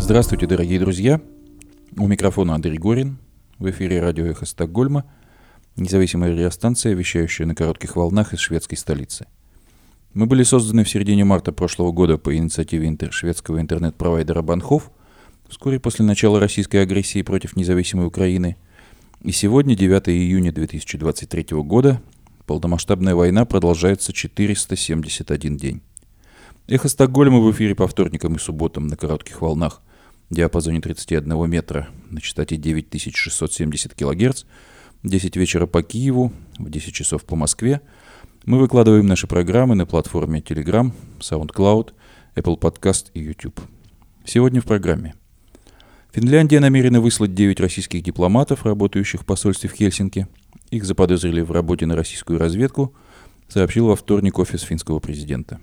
Здравствуйте, дорогие друзья. У микрофона Андрей Горин. В эфире радио «Эхо Стокгольма», независимая радиостанция, вещающая на коротких волнах из шведской столицы. Мы были созданы в середине марта прошлого года по инициативе шведского интернет-провайдера Банхоф, вскоре после начала российской агрессии против независимой Украины. И сегодня, 9 июня 2023 года, полномасштабная война продолжается 471 день. «Эхо Стокгольма» в эфире по вторникам и субботам на коротких волнах в диапазоне 31 метра на частоте 9670 кГц, в 10 вечера по Киеву, в 10 часов по Москве. Мы выкладываем наши программы на платформе Telegram, SoundCloud, Apple Podcast и YouTube. Сегодня в программе. Финляндия намерена выслать 9 российских дипломатов, работающих в посольстве в Хельсинки. Их заподозрили в работе на российскую разведку, сообщил во вторник офис финского президента.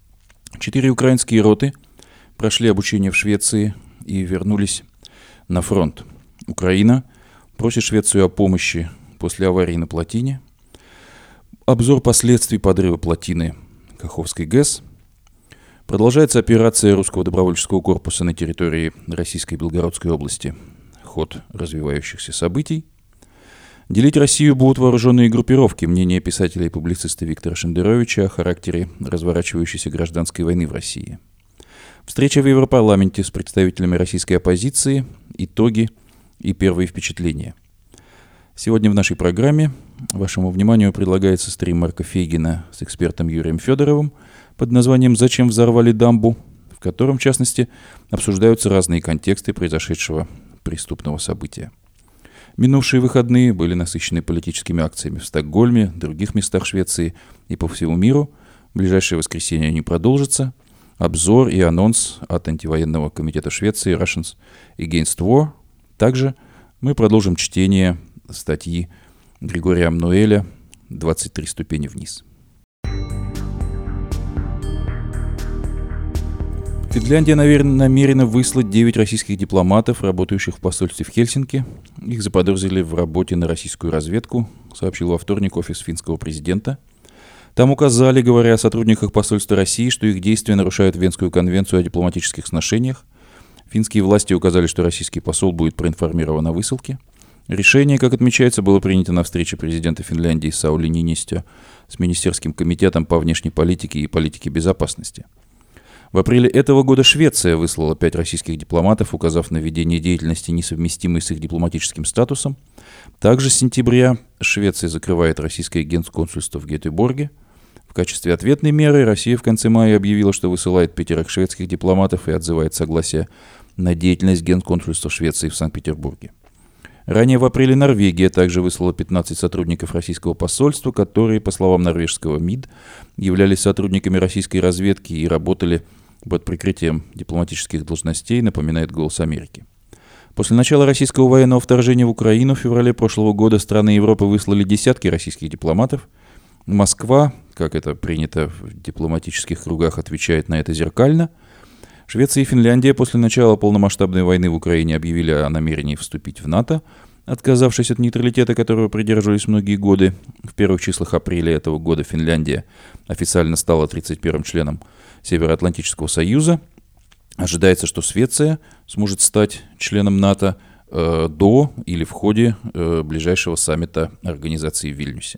4 украинские роты прошли обучение в Швеции и вернулись на фронт. Украина просит Швецию о помощи после аварии на плотине. Обзор последствий подрыва плотины Каховской ГЭС. Продолжается операция русского добровольческого корпуса на территории Российской Белгородской области. Ход развивающихся событий. Делить Россию будут вооруженные группировки. Мнение писателя и публициста Виктора Шендеровича о характере разворачивающейся гражданской войны в России. Встреча в Европарламенте с представителями российской оппозиции, итоги и первые впечатления. Сегодня в нашей программе вашему вниманию предлагается стрим Марка Фейгина с экспертом Юрием Федоровым под названием «Зачем взорвали дамбу?», в котором, в частности, обсуждаются разные контексты произошедшего преступного события. Минувшие выходные были насыщены политическими акциями в Стокгольме, других местах Швеции и по всему миру. В ближайшее воскресенье они продолжатся. Обзор и анонс от антивоенного комитета Швеции Russians Against War. Также мы продолжим чтение статьи Григория Амнуэля «23 ступени вниз». Финляндия намерена выслать 9 российских дипломатов, работающих в посольстве в Хельсинки. Их заподозрили в работе на российскую разведку, сообщил во вторник офис финского президента. Там указали, говоря о сотрудниках посольства России, что их действия нарушают Венскую конвенцию о дипломатических сношениях. Финские власти указали, что российский посол будет проинформирован о высылке. Решение, как отмечается, было принято на встрече президента Финляндии Саули Ниинистё с Министерским комитетом по внешней политике и политике безопасности. В апреле этого года Швеция выслала 5 российских дипломатов, указав на ведение деятельности, несовместимой с их дипломатическим статусом. Также с сентября Швеция закрывает российское генконсульство в Гетеборге. В качестве ответной меры Россия в конце мая объявила, что высылает 5 шведских дипломатов и отзывает согласие на деятельность генконсульства Швеции в Санкт-Петербурге. Ранее в апреле Норвегия также выслала 15 сотрудников российского посольства, которые, по словам норвежского МИД, являлись сотрудниками российской разведки и работали под прикрытием дипломатических должностей, напоминает «Голос Америки». После начала российского военного вторжения в Украину в феврале прошлого года страны Европы выслали десятки российских дипломатов. Москва, как это принято в дипломатических кругах, отвечает на это зеркально. Швеция и Финляндия после начала полномасштабной войны в Украине объявили о намерении вступить в НАТО, отказавшись от нейтралитета, которого придерживались многие годы. В первых числах апреля этого года Финляндия официально стала 31-м членом Североатлантического союза. Ожидается, что Швеция сможет стать членом НАТО до или в ходе ближайшего саммита организации в Вильнюсе.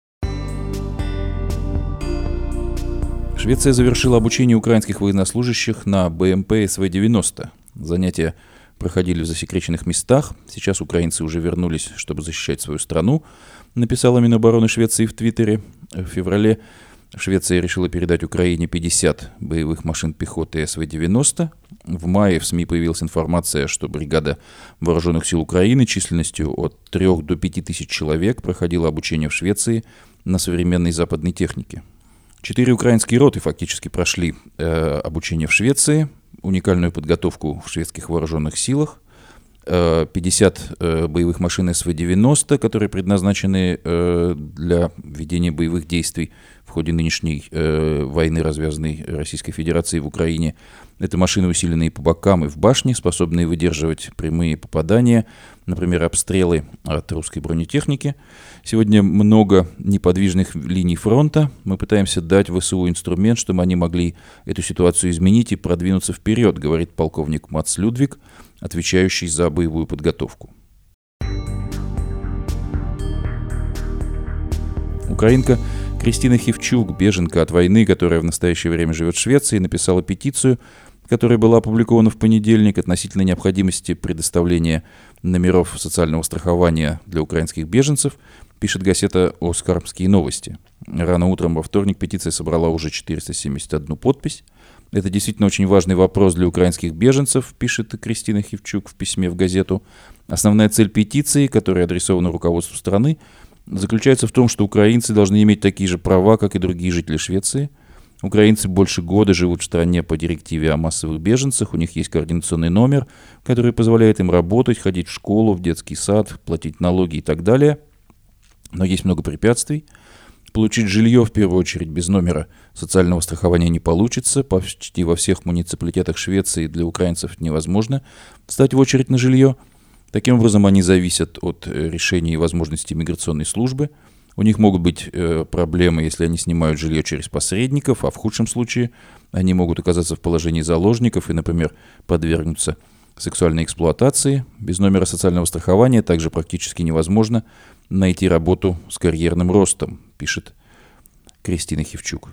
Швеция завершила обучение украинских военнослужащих на БМП СВ-90. Занятия проходили в засекреченных местах. Сейчас украинцы уже вернулись, чтобы защищать свою страну, написала Минобороны Швеции в Твиттере. В феврале Швеция решила передать Украине 50 боевых машин пехоты СВ-90. В мае в СМИ появилась информация, что бригада вооруженных сил Украины численностью от 3 до 5 тысяч человек проходила обучение в Швеции на современной западной технике. 4 украинские роты фактически прошли обучение в Швеции, уникальную подготовку в шведских вооруженных силах. 50 боевых машин СВ-90, которые предназначены для ведения боевых действий в ходе нынешней войны, развязанной Российской Федерацией в Украине. Это машины, усиленные по бокам и в башне, способные выдерживать прямые попадания, например, обстрелы от русской бронетехники. Сегодня много неподвижных линий фронта. Мы пытаемся дать ВСУ инструмент, чтобы они могли эту ситуацию изменить и продвинуться вперед, говорит полковник Мац Людвиг, отвечающий за боевую подготовку. Украинка Кристина Хевчук, беженка от войны, которая в настоящее время живет в Швеции, написала петицию, которая была опубликована в понедельник относительно необходимости предоставления номеров социального страхования для украинских беженцев, пишет газета «Оскармские новости». Рано утром во вторник петиция собрала уже 471 подпись. Это действительно очень важный вопрос для украинских беженцев, пишет Кристина Хевчук в письме в газету. Основная цель петиции, которая адресована руководству страны, заключается в том, что украинцы должны иметь такие же права, как и другие жители Швеции. Украинцы больше года живут в стране по директиве о массовых беженцах, у них есть координационный номер, который позволяет им работать, ходить в школу, в детский сад, платить налоги и так далее. Но есть много препятствий. Получить жилье, в первую очередь, без номера социального страхования не получится. Почти во всех муниципалитетах Швеции для украинцев невозможно встать в очередь на жилье. Таким образом, они зависят от решений и возможностей миграционной службы. У них могут быть проблемы, если они снимают жилье через посредников, а в худшем случае они могут оказаться в положении заложников и, например, подвергнуться сексуальной эксплуатации. Без номера социального страхования также практически невозможно найти работу с карьерным ростом, пишет Кристина Хевчук.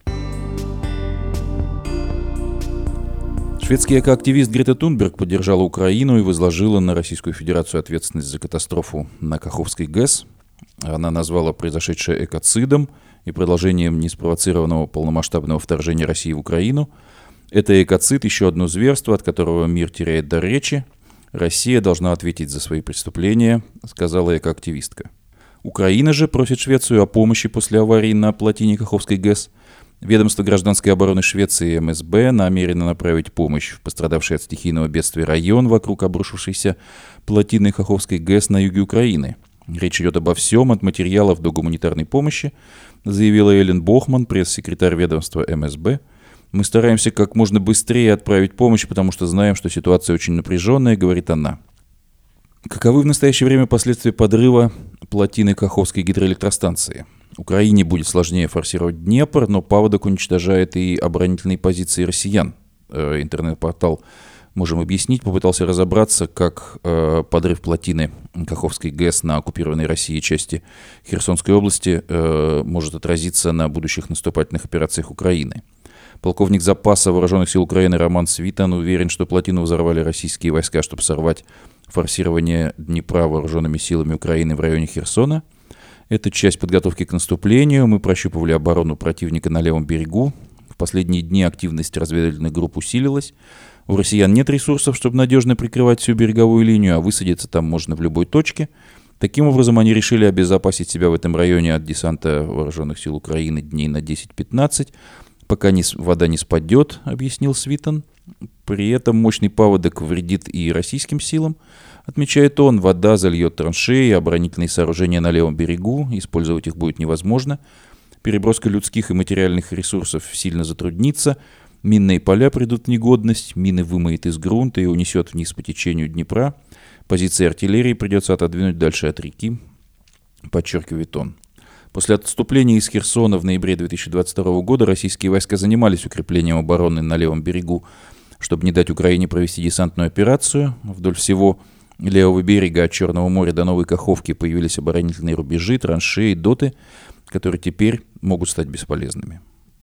Шведский экоактивист Грета Тунберг поддержала Украину и возложила на Российскую Федерацию ответственность за катастрофу на Каховской ГЭС. Она назвала произошедшее экоцидом и продолжением неспровоцированного полномасштабного вторжения России в Украину. Это экоцид, еще одно зверство, от которого мир теряет дар речи. Россия должна ответить за свои преступления, сказала экоактивистка. Украина же просит Швецию о помощи после аварии на плотине Каховской ГЭС. Ведомство гражданской обороны Швеции МСБ намерено направить помощь в пострадавший от стихийного бедствия район вокруг обрушившейся плотины Каховской ГЭС на юге Украины. Речь идет обо всем, от материалов до гуманитарной помощи, заявила Эллен Бохман, пресс-секретарь ведомства МСБ. Мы стараемся как можно быстрее отправить помощь, потому что знаем, что ситуация очень напряженная, говорит она. Каковы в настоящее время последствия подрыва плотины Каховской гидроэлектростанции? Украине будет сложнее форсировать Днепр, но паводок уничтожает и оборонительные позиции россиян. Интернет-портал «Можем объяснить» попытался разобраться, как подрыв плотины Каховской ГЭС на оккупированной Россией части Херсонской области может отразиться на будущих наступательных операциях Украины. Полковник запаса вооруженных сил Украины Роман Свитан уверен, что плотину взорвали российские войска, чтобы сорвать форсирование Днепра вооруженными силами Украины в районе Херсона. Это часть подготовки к наступлению. Мы прощупывали оборону противника на левом берегу. В последние дни активность разведывательных групп усилилась. У россиян нет ресурсов, чтобы надежно прикрывать всю береговую линию, а высадиться там можно в любой точке. Таким образом, они решили обезопасить себя в этом районе от десанта вооруженных сил Украины дней на 10-15, пока вода не спадет, объяснил Свитан. При этом мощный паводок вредит и российским силам. Отмечает он, вода зальет траншеи, оборонительные сооружения на левом берегу, использовать их будет невозможно. Переброска людских и материальных ресурсов сильно затруднится. Минные поля придут в негодность, мины вымоет из грунта и унесет вниз по течению Днепра. Позиции артиллерии придется отодвинуть дальше от реки, подчеркивает он. После отступления из Херсона в ноябре 2022 года российские войска занимались укреплением обороны на левом берегу, чтобы не дать Украине провести десантную операцию. Вдоль всего левого берега от Черного моря до Новой Каховки появились оборонительные рубежи, траншеи, доты, которые теперь могут стать бесполезными.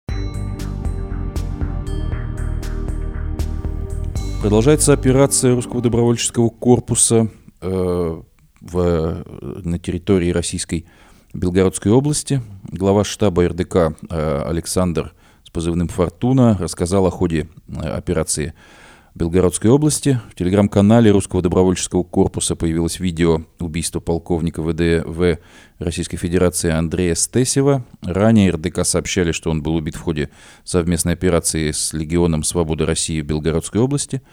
Продолжается операция русского добровольческого корпуса на территории российской Белгородской области. Глава штаба РДК Александр с позывным «Фортуна» рассказал о ходе операции в Белгородской области. В телеграм-канале русского добровольческого корпуса появилось видео убийства полковника ВДВ Российской Федерации Андрея Стесева. Ранее РДК сообщали, что он был убит в ходе совместной операции с Легионом Свободы России в Белгородской области.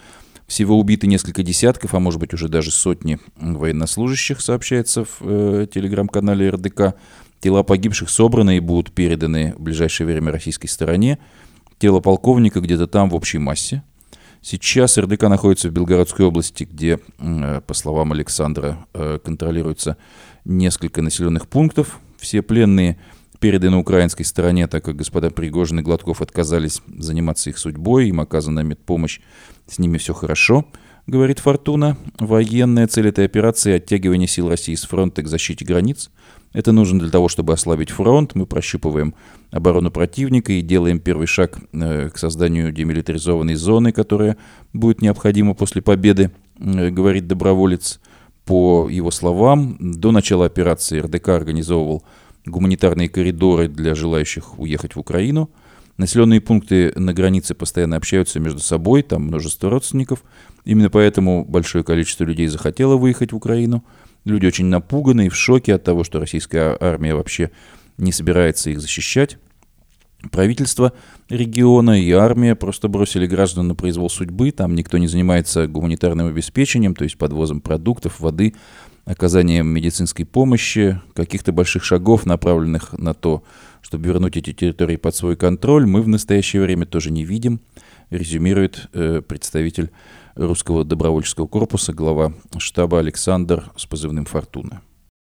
Всего убиты несколько десятков, а может быть уже даже сотни военнослужащих, сообщается в телеграм-канале РДК. Тела погибших собраны и будут переданы в ближайшее время российской стороне. Тело полковника где-то там в общей массе. Сейчас РДК находится в Белгородской области, где, по словам Александра, контролируется несколько населенных пунктов. Все пленные переданы украинской стороне, так как господа Пригожин и Гладков отказались заниматься их судьбой, им оказана медпомощь, с ними все хорошо, говорит Фортуна. Военная цель этой операции – оттягивание сил России с фронта к защите границ. Это нужно для того, чтобы ослабить фронт. Мы прощупываем оборону противника и делаем первый шаг к созданию демилитаризованной зоны, которая будет необходима после победы, говорит доброволец. По его словам, до начала операции РДК организовывал гуманитарные коридоры для желающих уехать в Украину. Населенные пункты на границе постоянно общаются между собой, там множество родственников. Именно поэтому большое количество людей захотело выехать в Украину. Люди очень напуганы и в шоке от того, что российская армия вообще не собирается их защищать. Правительство региона и армия просто бросили граждан на произвол судьбы. Там никто не занимается гуманитарным обеспечением, то есть подвозом продуктов, воды, оказанием медицинской помощи. Каких-то больших шагов, направленных на то, чтобы вернуть эти территории под свой контроль, мы в настоящее время тоже не видим, резюмирует представитель русского добровольческого корпуса, глава штаба Александр с позывным «Фортуна».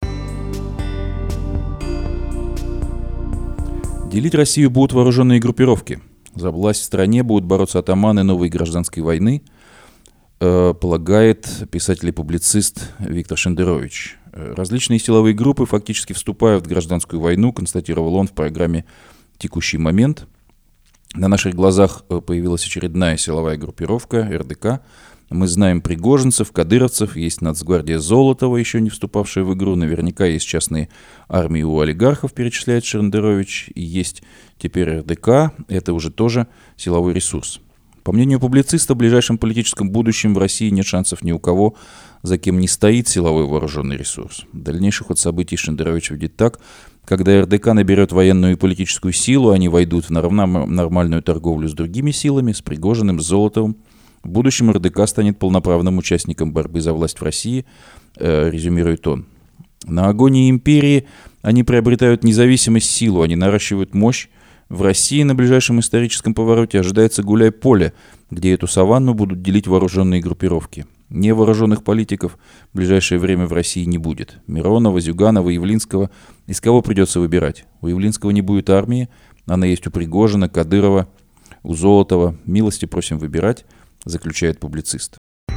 Делить Россию будут вооруженные группировки. За власть в стране будут бороться атаманы новой гражданской войны, полагает писатель и публицист Виктор Шендерович. Различные силовые группы фактически вступают в гражданскую войну, констатировал он в программе «Текущий момент». На наших глазах появилась очередная силовая группировка РДК. Мы знаем пригожинцев, кадыровцев, есть Нацгвардия Золотова, еще не вступавшая в игру. Наверняка есть частные армии у олигархов, перечисляет Шендерович. И есть теперь РДК, это уже тоже силовой ресурс. По мнению публициста, в ближайшем политическом будущем в России нет шансов ни у кого, за кем не стоит силовой вооруженный ресурс. Дальнейший ход событий Шендерович видит так: когда РДК наберет военную и политическую силу, они войдут в нормальную торговлю с другими силами, с Пригожиным, с Золотовым. В будущем РДК станет полноправным участником борьбы за власть в России, резюмирует он. На агонии империи они приобретают независимость, силу, они наращивают мощь. В России на ближайшем историческом повороте ожидается гуляй-поле, где эту саванну будут делить вооруженные группировки. Невооруженных политиков в ближайшее время в России не будет. Миронова, Зюганова, Явлинского. Из кого придется выбирать? У Явлинского не будет армии, она есть у Пригожина, Кадырова, у Золотова. Милости просим выбирать, заключает публицист.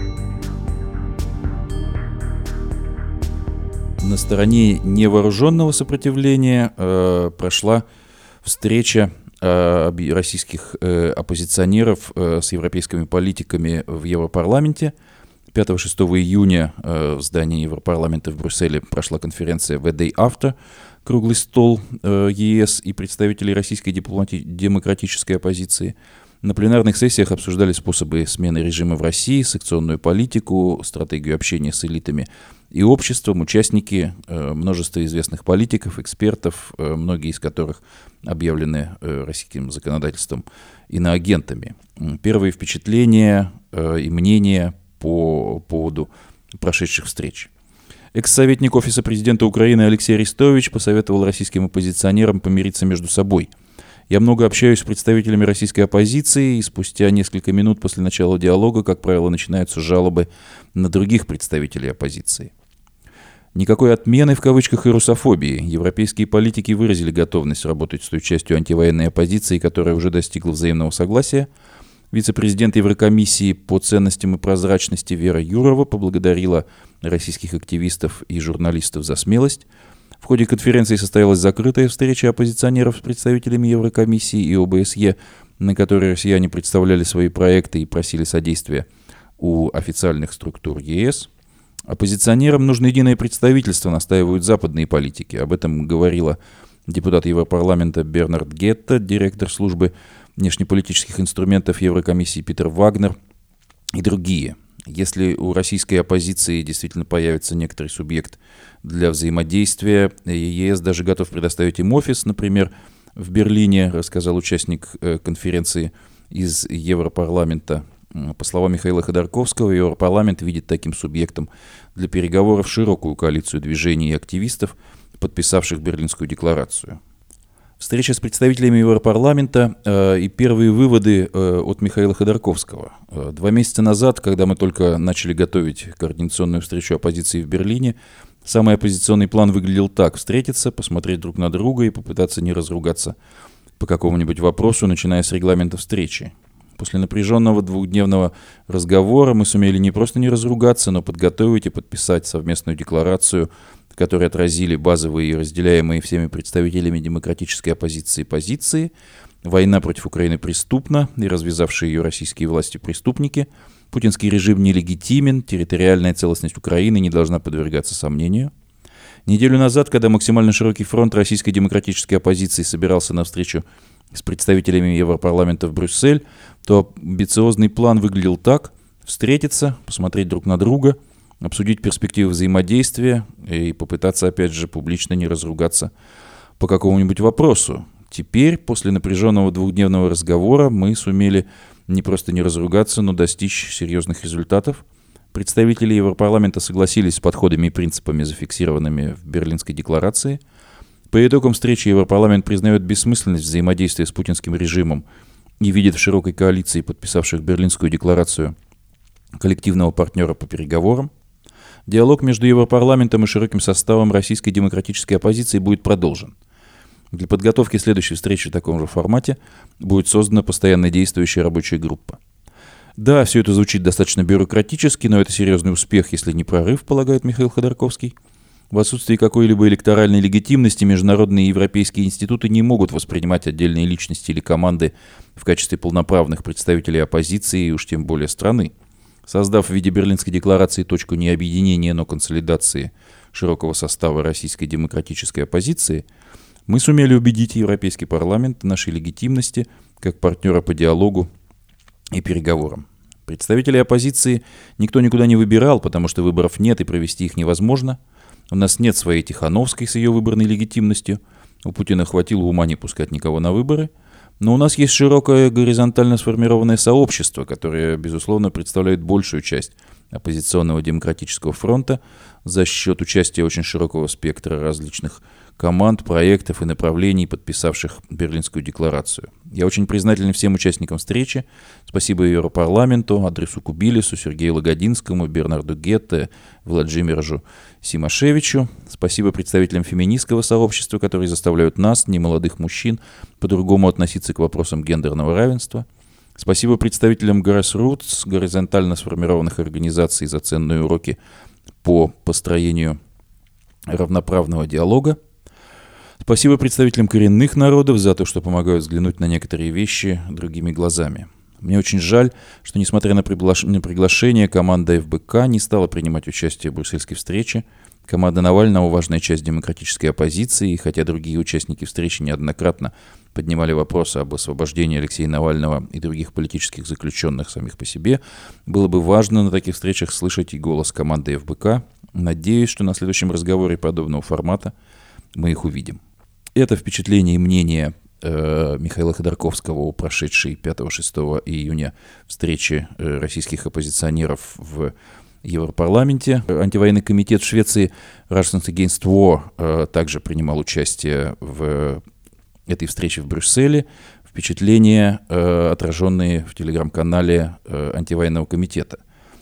На стороне невооруженного сопротивления прошла встреча российских оппозиционеров с европейскими политиками в Европарламенте. 5-6 июня в здании Европарламента в Брюсселе прошла конференция «The Day After», круглый стол ЕС и представителей российской демократической оппозиции. На пленарных сессиях обсуждали способы смены режима в России, санкционную политику, стратегию общения с элитами и обществом. Участники множество известных политиков, экспертов, многие из которых объявлены российским законодательством иноагентами. Первые впечатления и мнения по поводу прошедших встреч. Экс-советник Офиса президента Украины Алексей Арестович посоветовал российским оппозиционерам помириться между собой. Я много общаюсь с представителями российской оппозиции, и спустя несколько минут после начала диалога, как правило, начинаются жалобы на других представителей оппозиции. Никакой отмены, в кавычках, и русофобии. Европейские политики выразили готовность работать с той частью антивоенной оппозиции, которая уже достигла взаимного согласия. Вице-президент Еврокомиссии по ценностям и прозрачности Вера Юрова поблагодарила российских активистов и журналистов за смелость. В ходе конференции состоялась закрытая встреча оппозиционеров с представителями Еврокомиссии и ОБСЕ, на которой россияне представляли свои проекты и просили содействия у официальных структур ЕС. Оппозиционерам нужно единое представительство, настаивают западные политики. Об этом говорила депутат Европарламента Бернард Гетта, директор службы внешнеполитических инструментов Еврокомиссии Питер Вагнер и другие. Если у российской оппозиции действительно появится некоторый субъект для взаимодействия, ЕС даже готов предоставить им офис, например, в Берлине, рассказал участник конференции из Европарламента По словам Михаила Ходорковского, Европарламент видит таким субъектом для переговоров широкую коалицию движений и активистов, подписавших Берлинскую декларацию. Встреча с представителями Европарламента и первые выводы от Михаила Ходорковского. 2 месяца назад, когда мы только начали готовить координационную встречу оппозиции в Берлине, самый оппозиционный план выглядел так: встретиться, посмотреть друг на друга и попытаться не разругаться по какому-нибудь вопросу, начиная с регламента встречи. После напряженного 2-дневного разговора мы сумели не просто не разругаться, но подготовить и подписать совместную декларацию, в которой отразили базовые и разделяемые всеми представителями демократической оппозиции позиции. Война против Украины преступна, и развязавшие ее российские власти преступники. Путинский режим нелегитимен, территориальная целостность Украины не должна подвергаться сомнению. Неделю назад, когда максимально широкий фронт российской демократической оппозиции собирался на встречу с представителями Европарламента в Брюссель, то амбициозный план выглядел так: встретиться, посмотреть друг на друга, обсудить перспективы взаимодействия и попытаться, опять же, публично не разругаться по какому-нибудь вопросу. Теперь, после напряженного 2-дневного разговора, мы сумели не просто не разругаться, но достичь серьезных результатов. Представители Европарламента согласились с подходами и принципами, зафиксированными в Берлинской декларации. По итогам встречи Европарламент признает бессмысленность взаимодействия с путинским режимом и видит в широкой коалиции, подписавших Берлинскую декларацию, коллективного партнера по переговорам. Диалог между Европарламентом и широким составом российской демократической оппозиции будет продолжен. Для подготовки следующей встречи в таком же формате будет создана постоянно действующая рабочая группа. Да, все это звучит достаточно бюрократически, но это серьезный успех, если не прорыв, полагает Михаил Ходорковский. В отсутствии какой-либо электоральной легитимности международные и европейские институты не могут воспринимать отдельные личности или команды в качестве полноправных представителей оппозиции и уж тем более страны. Создав в виде Берлинской декларации точку не объединения, но консолидации широкого состава российской демократической оппозиции, мы сумели убедить Европейский парламент в нашей легитимности как партнера по диалогу и переговорам. Представителей оппозиции никто никуда не выбирал, потому что выборов нет и провести их невозможно. У нас нет своей Тихановской с ее выборной легитимностью. У Путина хватило ума не пускать никого на выборы. Но у нас есть широкое горизонтально сформированное сообщество, которое, безусловно, представляет большую часть оппозиционного демократического фронта за счет участия очень широкого спектра различных команд, проектов и направлений, подписавших Берлинскую декларацию. Я очень признателен всем участникам встречи. Спасибо Европарламенту, Адресу Кубилису, Сергею Лагодинскому, Бернарду Гетте, Владимиру Симашевичу. Спасибо представителям феминистского сообщества, которые заставляют нас, немолодых мужчин, по-другому относиться к вопросам гендерного равенства. Спасибо представителям Grassroots, горизонтально сформированных организаций, за ценные уроки по построению равноправного диалога. Спасибо представителям коренных народов за то, что помогают взглянуть на некоторые вещи другими глазами. Мне очень жаль, что, несмотря на приглашение, команда ФБК не стала принимать участие в брюссельской встрече. Команда Навального – важная часть демократической оппозиции, и хотя другие участники встречи неоднократно поднимали вопросы об освобождении Алексея Навального и других политических заключенных самих по себе, было бы важно на таких встречах слышать и голос команды ФБК. Надеюсь, что на следующем разговоре подобного формата мы их увидим. Это впечатление и мнение Михаила Ходорковского о прошедшей 5-6 июня встрече российских оппозиционеров в Европарламенте. Антивоенный комитет в Швеции Russians Against War также принимал участие в этой встрече в Брюсселе. Впечатления, отраженные в телеграм-канале антивоенного комитета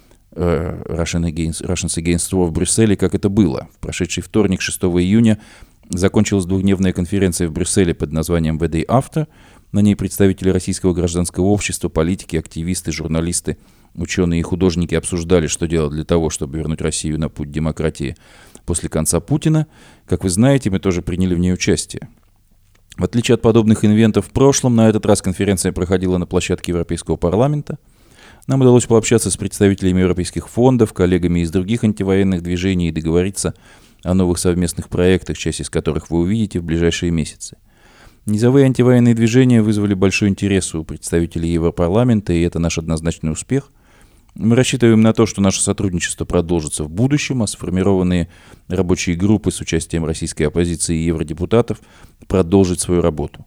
Russians Against War в Брюсселе, как это было. В прошедший вторник, 6 июня, закончилась 2-дневная конференция в Брюсселе под названием «The Day After». На ней представители российского гражданского общества, политики, активисты, журналисты, ученые и художники обсуждали, что делать для того, чтобы вернуть Россию на путь демократии после конца Путина. Как вы знаете, мы тоже приняли в ней участие. В отличие от подобных инвентов в прошлом, на этот раз конференция проходила на площадке Европейского парламента. Нам удалось пообщаться с представителями европейских фондов, коллегами из других антивоенных движений и договориться о новых совместных проектах, часть из которых вы увидите в ближайшие месяцы. Низовые антивоенные движения вызвали большой интерес у представителей Европарламента, и это наш однозначный успех. Мы рассчитываем на то, что наше сотрудничество продолжится в будущем, а сформированные рабочие группы с участием российской оппозиции и евродепутатов продолжат свою работу.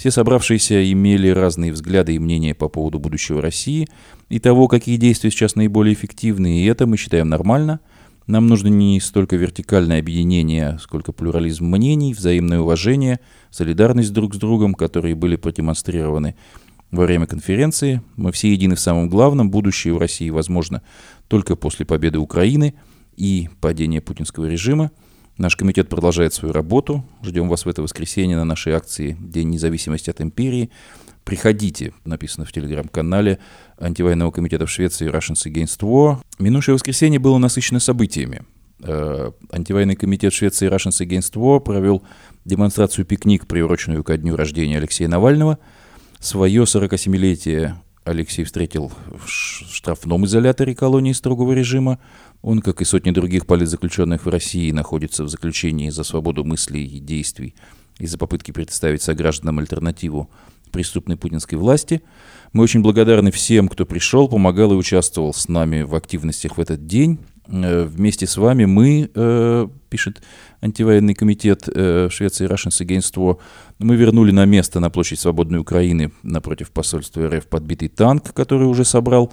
Все собравшиеся имели разные взгляды и мнения по поводу будущего России и того, какие действия сейчас наиболее эффективны, и это мы считаем нормально. Нам нужно не столько вертикальное объединение, сколько плюрализм мнений, взаимное уважение, солидарность друг с другом, которые были продемонстрированы во время конференции. Мы все едины в самом главном. Будущее в России возможно только после победы Украины и падения путинского режима. Наш комитет продолжает свою работу. Ждем вас в это воскресенье на нашей акции «День независимости от империи». Приходите, написано в телеграм-канале антивоенного комитета в Швеции Russians Against War. Минувшее воскресенье было насыщено событиями. Антивоенный комитет Швеции Russians Against War провел демонстрацию-пикник, приуроченную ко дню рождения Алексея Навального. Свое 47-летие Алексей встретил в штрафном изоляторе колонии строгого режима. Он, как и сотни других политзаключенных в России, находится в заключении за свободу мыслей и действий и за попытки представить согражданам альтернативу преступной путинской власти. Мы очень благодарны всем, кто пришел, помогал и участвовал с нами в активностях в этот день. Вместе с вами мы, пишет антивоенный комитет Швеции Russians Against War, мы вернули на место на площадь Свободной Украины напротив посольства РФ подбитый танк, который уже собрал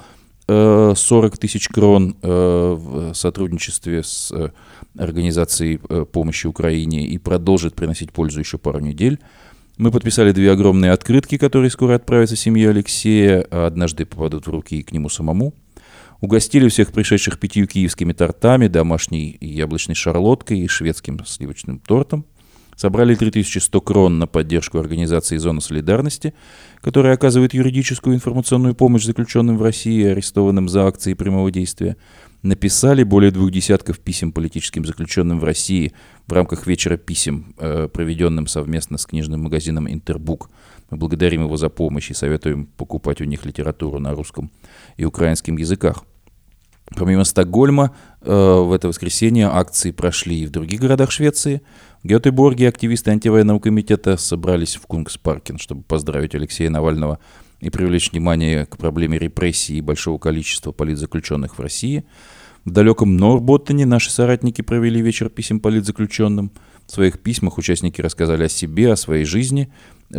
40 тысяч крон в сотрудничестве с организацией помощи Украине и продолжит приносить пользу еще пару недель. Мы подписали 2 огромные открытки, которые скоро отправятся семье Алексея, а однажды попадут в руки и к нему самому. Угостили всех пришедших 5 киевскими тортами, домашней яблочной шарлоткой и шведским сливочным тортом. Собрали 3100 крон на поддержку организации «Зона солидарности», которая оказывает юридическую и информационную помощь заключенным в России, арестованным за акции прямого действия. Написали более 2 десятков писем политическим заключенным в России в рамках вечера писем, проведенным совместно с книжным магазином «Интербук». Мы благодарим его за помощь и советуем покупать у них литературу на русском и украинском языках. Помимо Стокгольма, в это воскресенье акции прошли и в других городах Швеции. В Гетеборге активисты антивоенного комитета собрались в Кунгспаркен, чтобы поздравить Алексея Навального и привлечь внимание к проблеме репрессий и большого количества политзаключенных в России. В далеком Норрботтене наши соратники провели вечер писем политзаключенным. В своих письмах участники рассказали о себе, о своей жизни.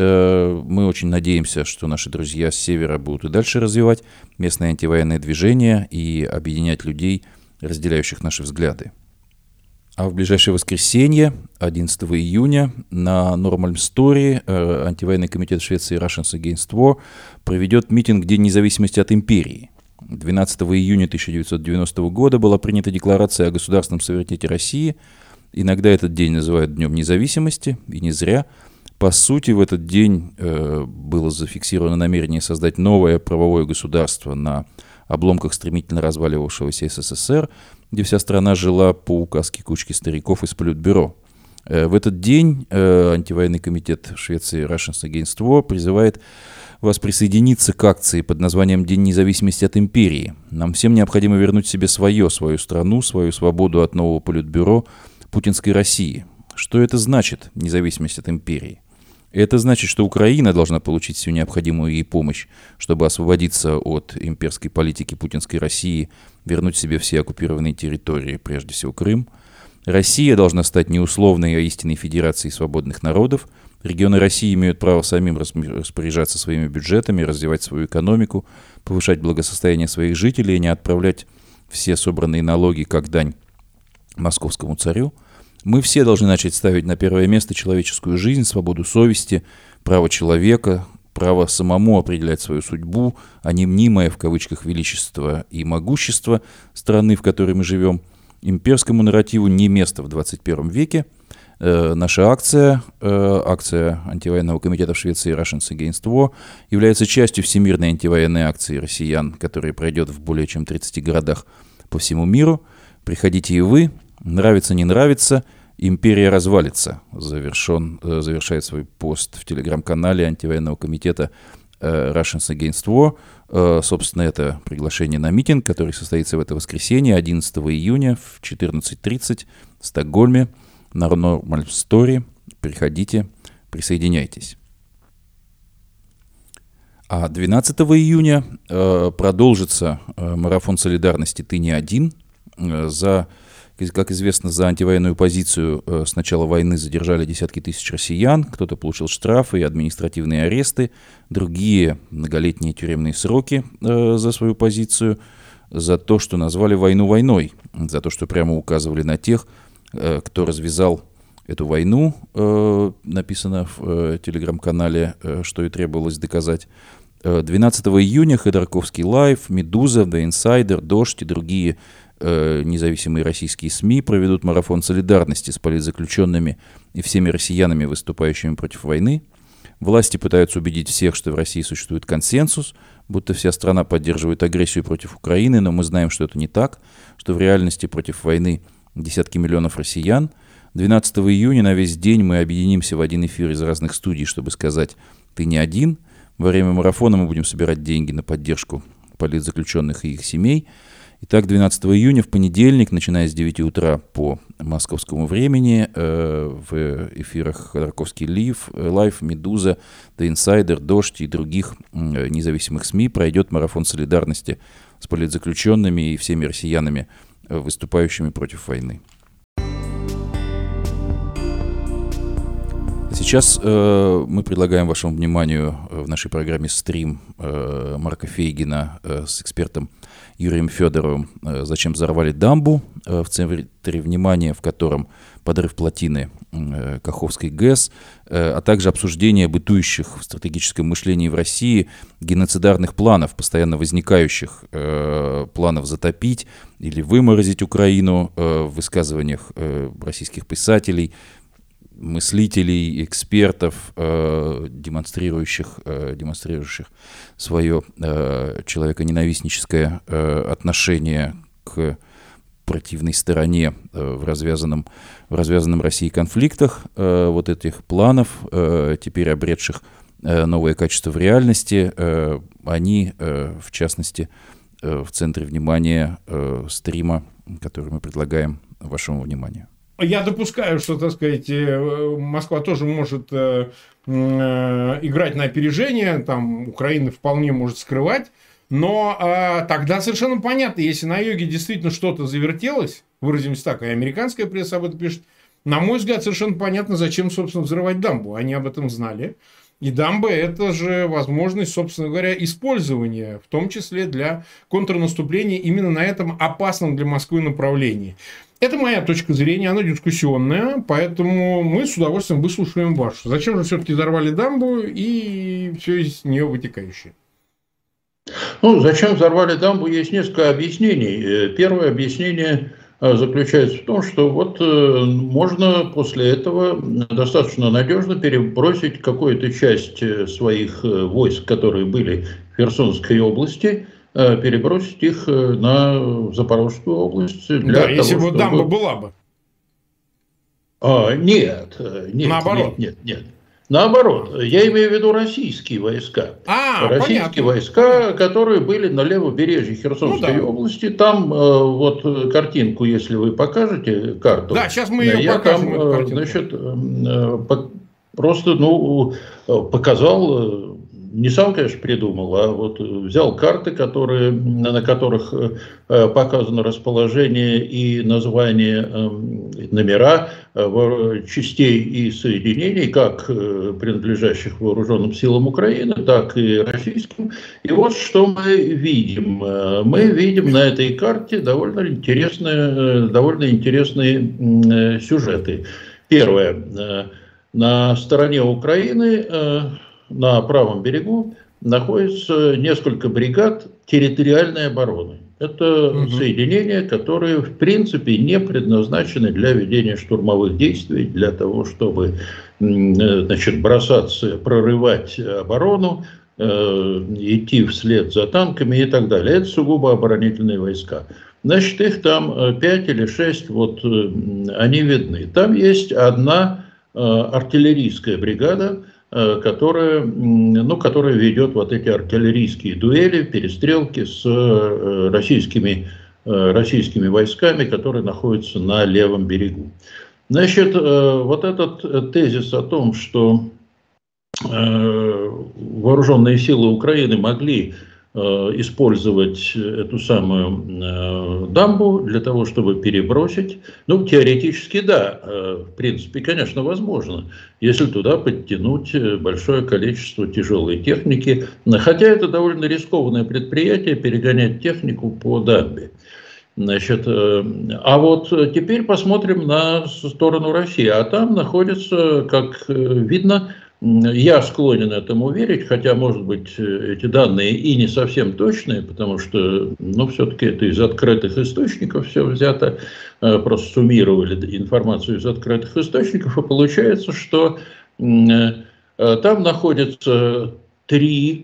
Мы очень надеемся, что наши друзья с севера будут и дальше развивать местное антивоенное движение и объединять людей, разделяющих наши взгляды. А в ближайшее воскресенье, 11 июня, на Нормальмсторе антивоенный комитет Швеции Russians Against War проведет митинг «День независимости от империи». 12 июня 1990 года была принята Декларация о государственном суверенитете России. Иногда этот день называют Днем независимости, и не зря. По сути, в этот день было зафиксировано намерение создать новое правовое государство на обломках стремительно разваливавшегося СССР, где вся страна жила по указке кучки стариков из Политбюро. В этот день антивоенный комитет Швеции Russians Against War призывает вас присоединиться к акции под названием «День независимости от империи». Нам всем необходимо вернуть себе свою страну, свою свободу от нового Политбюро путинской России. Что это значит, независимость от империи? Это значит, что Украина должна получить всю необходимую ей помощь, чтобы освободиться от имперской политики путинской России, вернуть себе все оккупированные территории, прежде всего Крым. Россия должна стать не условной, а истинной федерацией свободных народов. Регионы России имеют право самим распоряжаться своими бюджетами, развивать свою экономику, повышать благосостояние своих жителей и не отправлять все собранные налоги как дань московскому царю. Мы все должны начать ставить на первое место человеческую жизнь, свободу совести, право человека, право самому определять свою судьбу, а не мнимое, в кавычках, величество и могущество страны, в которой мы живем. Имперскому нарративу не место в 21 веке. Наша акция антивоенного комитета в Швеции Russians Against War является частью всемирной антивоенной акции россиян, которая пройдет в более чем 30 городах по всему миру. Приходите и вы. Нравится, не нравится, империя развалится. Завершает свой пост в телеграм-канале антивоенного комитета Russians Against War. Собственно, это приглашение на митинг, который состоится в это воскресенье, 11 июня в 14:30 в Стокгольме на Нормальмсторе. Приходите, присоединяйтесь. А 12 июня продолжится марафон солидарности «Ты не один». За Как известно, за антивоенную позицию с начала войны задержали десятки тысяч россиян. Кто-то получил штрафы и административные аресты, другие многолетние тюремные сроки за свою позицию, за то, что назвали войну войной, за то, что прямо указывали на тех, кто развязал эту войну, написано в телеграм-канале, что и требовалось доказать. 12 июня Ходорковский Лайв, Медуза, The Insider, Дождь и другие независимые российские СМИ проведут марафон солидарности с политзаключенными и всеми россиянами, выступающими против войны. Власти пытаются убедить всех, что в России существует консенсус, будто вся страна поддерживает агрессию против Украины, но мы знаем, что это не так, что в реальности против войны десятки миллионов россиян. 12 июня на весь день мы объединимся в один эфир из разных студий, чтобы сказать «ты не один». Во время марафона мы будем собирать деньги на поддержку политзаключенных и их семей. Итак, 12 июня в понедельник, начиная с 9 утра по московскому времени, в эфирах Ходорковский Лайв, Медуза, The Insider, Дождь и других независимых СМИ пройдет марафон солидарности с политзаключенными и всеми россиянами, выступающими против войны. Сейчас мы предлагаем вашему вниманию в нашей программе стрим Марка Фейгина с экспертом Юрием Федоровым «Зачем взорвали дамбу?», в центре внимания, в котором подрыв плотины Каховской ГЭС, а также обсуждение бытующих в стратегическом мышлении в России геноцидарных планов, постоянно возникающих планов затопить или выморозить Украину в высказываниях российских писателей, мыслителей, экспертов, демонстрирующих свое человеконенавистническое отношение к противной стороне в развязанном России конфликтах, вот этих планов, теперь обретших новое качество в реальности, они, в частности, в центре внимания стрима, который мы предлагаем вашему вниманию. Я допускаю, что, так сказать, Москва тоже может играть на опережение, там Украина вполне может скрывать, но тогда совершенно понятно, если на юге действительно что-то завертелось, выразимся так, и американская пресса об этом пишет, на мой взгляд, совершенно понятно, зачем, собственно, взрывать дамбу. Они об этом знали. И дамба – это же возможность, собственно говоря, использования, в том числе для контрнаступления именно на этом опасном для Москвы направлении. Это моя точка зрения, она дискуссионная, поэтому мы с удовольствием выслушаем вашу. Зачем же все-таки взорвали дамбу и все из нее вытекающее? Зачем взорвали дамбу, есть несколько объяснений. Первое объяснение заключается в том, что можно после этого достаточно надежно перебросить какую-то часть своих войск, которые были в Херсонской области, перебросить их на Запорожскую область. Да, если бы дамба была бы. Нет. Наоборот. Нет. Наоборот, я имею в виду российские войска. Российские войска, которые были на левобережье Херсонской области. Там картинку, если вы покажете, карту. Да, сейчас мы ее покажем. Просто показал, не сам, конечно, придумал, а взял карты, на которых показано расположение и название, номера частей и соединений, как принадлежащих вооруженным силам Украины, так и российским. И вот что мы видим. Мы видим на этой карте довольно интересные сюжеты. Первое. На стороне Украины, на правом берегу, находится несколько бригад территориальной обороны. Это соединения, которые в принципе не предназначены для ведения штурмовых действий, для того, чтобы бросаться, прорывать оборону, идти вслед за танками и так далее. Это сугубо оборонительные войска. Значит, их там 5 или 6, они видны. Там есть одна артиллерийская бригада, которая ведет эти артиллерийские дуэли, перестрелки с российскими войсками, которые находятся на левом берегу. Значит, этот тезис о том, что вооруженные силы Украины могли использовать эту самую дамбу для того, чтобы перебросить. Ну, теоретически, да, в принципе, конечно, возможно, если туда подтянуть большое количество тяжелой техники. Хотя это довольно рискованное предприятие, перегонять технику по дамбе. Значит, а вот теперь посмотрим на сторону России. А там находится, как видно, я склонен этому верить, хотя, может быть, эти данные и не совсем точные, потому что, ну, все-таки это из открытых источников все взято, просто суммировали информацию из открытых источников, и получается, что там находятся две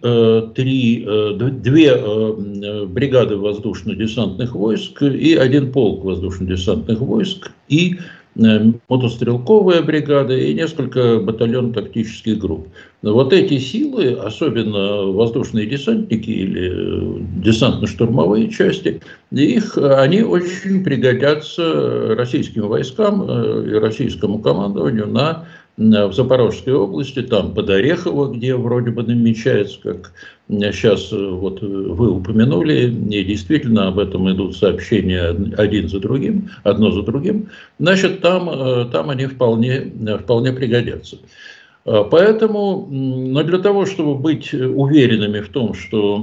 бригады воздушно-десантных войск и один полк воздушно-десантных войск и мотострелковая бригада и несколько батальон-тактических групп. Вот эти силы, особенно воздушные десантники или десантно-штурмовые части, они очень пригодятся российским войскам и российскому командованию в Запорожской области, там под Орехово, где вроде бы намечается, как сейчас вот вы упомянули, и действительно об этом идут сообщения одно за другим, значит, там они вполне пригодятся. Поэтому, но для того, чтобы быть уверенными в том, что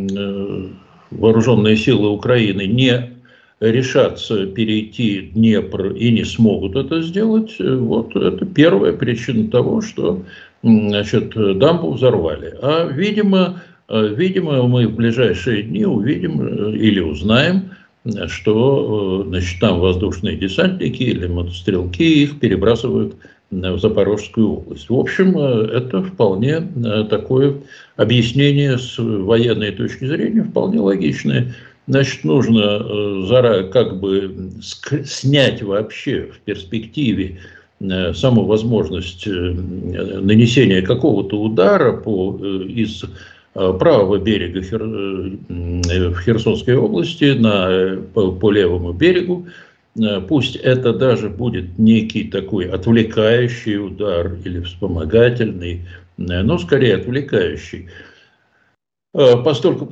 вооруженные силы Украины не решатся перейти Днепр и не смогут это сделать, вот это первая причина того, что, значит, дамбу взорвали. А видимо, мы в ближайшие дни увидим или узнаем, что, значит, там воздушные десантники или мотострелки их перебрасывают в Запорожскую область. В общем, это вполне такое объяснение с военной точки зрения, вполне логичное. Значит, нужно как бы снять вообще в перспективе саму возможность нанесения какого-то удара из правого берега в Херсонской области по левому берегу. Пусть это даже будет некий такой отвлекающий удар или вспомогательный, но скорее отвлекающий. Поскольку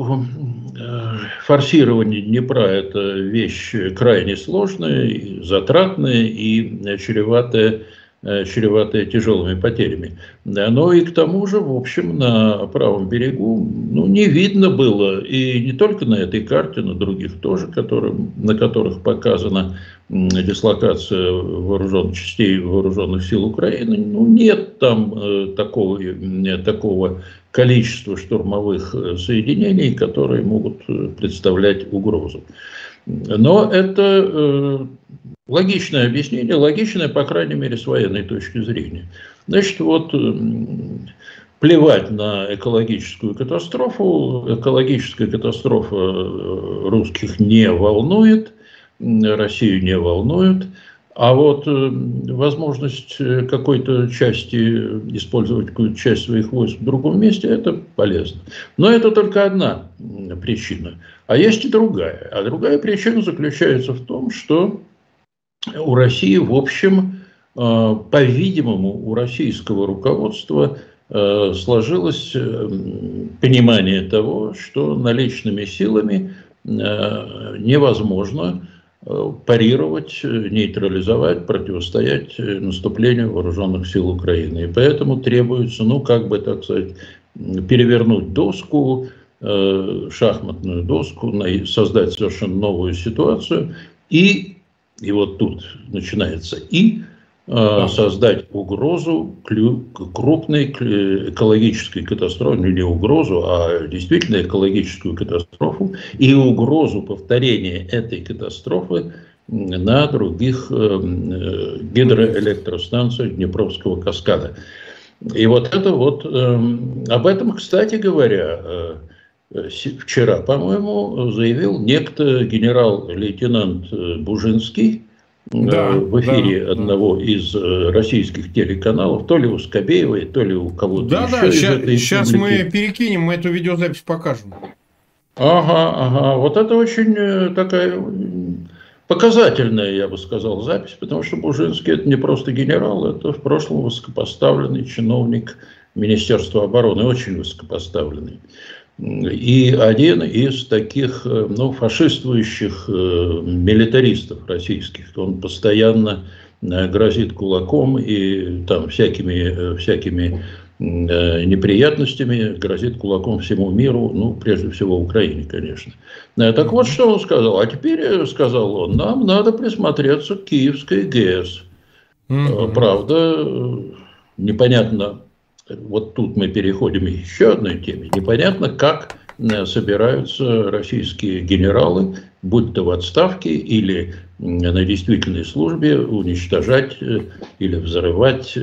форсирование Днепра – это вещь крайне сложная, затратная и чреватая тяжелыми потерями. Но и к тому же, в общем, на правом берегу не видно было, и не только на этой карте, на других тоже, на которых показана дислокация вооруженных частей вооруженных сил Украины, нет там такого количества штурмовых соединений, которые могут представлять угрозу. Но это логичное объяснение, логичное, по крайней мере, с военной точки зрения. Значит, вот плевать на экологическую катастрофу. Экологическая катастрофа русских не волнует, Россию не волнует. А вот возможность какой-то части использовать какую-то часть своих войск в другом месте, это полезно. Но это только одна причина. А есть и другая. А другая причина заключается в том, что у России, в общем, по-видимому, у российского руководства сложилось понимание того, что наличными силами невозможно парировать, нейтрализовать, противостоять наступлению вооруженных сил Украины. И поэтому требуется, так сказать, перевернуть доску, шахматную доску, создать совершенно новую ситуацию и вот тут начинается создать угрозу крупной экологической катастрофы, не угрозу, а действительно экологическую катастрофу и угрозу повторения этой катастрофы на других гидроэлектростанциях Днепровского каскада. И вот это об этом, кстати говоря, вчера, по-моему, заявил некто генерал-лейтенант Бужинский, в эфире одного из российских телеканалов, то ли у Скобеевой, то ли у кого-то еще. Сейчас мы перекинем, мы эту видеозапись покажем. Ага. Вот это очень такая показательная, я бы сказал, запись, потому что Бужинский – это не просто генерал, это в прошлом высокопоставленный чиновник Министерства обороны, очень высокопоставленный. и один из таких, ну, фашистующих милитаристов российских. Он постоянно грозит кулаком и там всякими неприятностями, грозит кулаком всему миру, ну, прежде всего Украине, конечно. Так вот, что он сказал. А теперь, сказал он, нам надо присмотреться к Киевской ГЭС. Правда, непонятно, вот тут мы переходим к еще одной теме, непонятно, как собираются российские генералы, будь то в отставке или на действительной службе, уничтожать или взрывать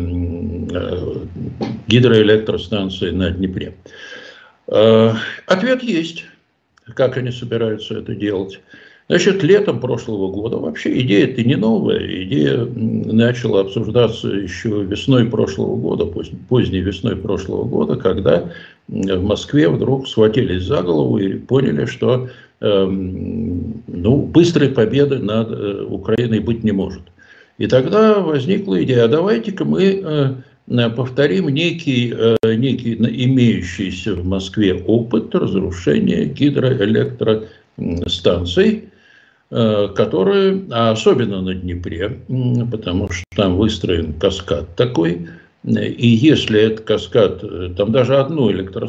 гидроэлектростанции на Днепре. Ответ есть, как они собираются это делать. Значит, летом прошлого года, вообще идея-то не новая, идея начала обсуждаться еще весной прошлого года, поздней весной прошлого года, когда в Москве вдруг схватились за голову и поняли, что быстрой победы над Украиной быть не может. И тогда возникла идея, а давайте-ка мы повторим некий имеющийся в Москве опыт разрушения гидроэлектростанций, которые, особенно на Днепре, потому что там выстроен каскад такой, и если этот каскад, там даже одну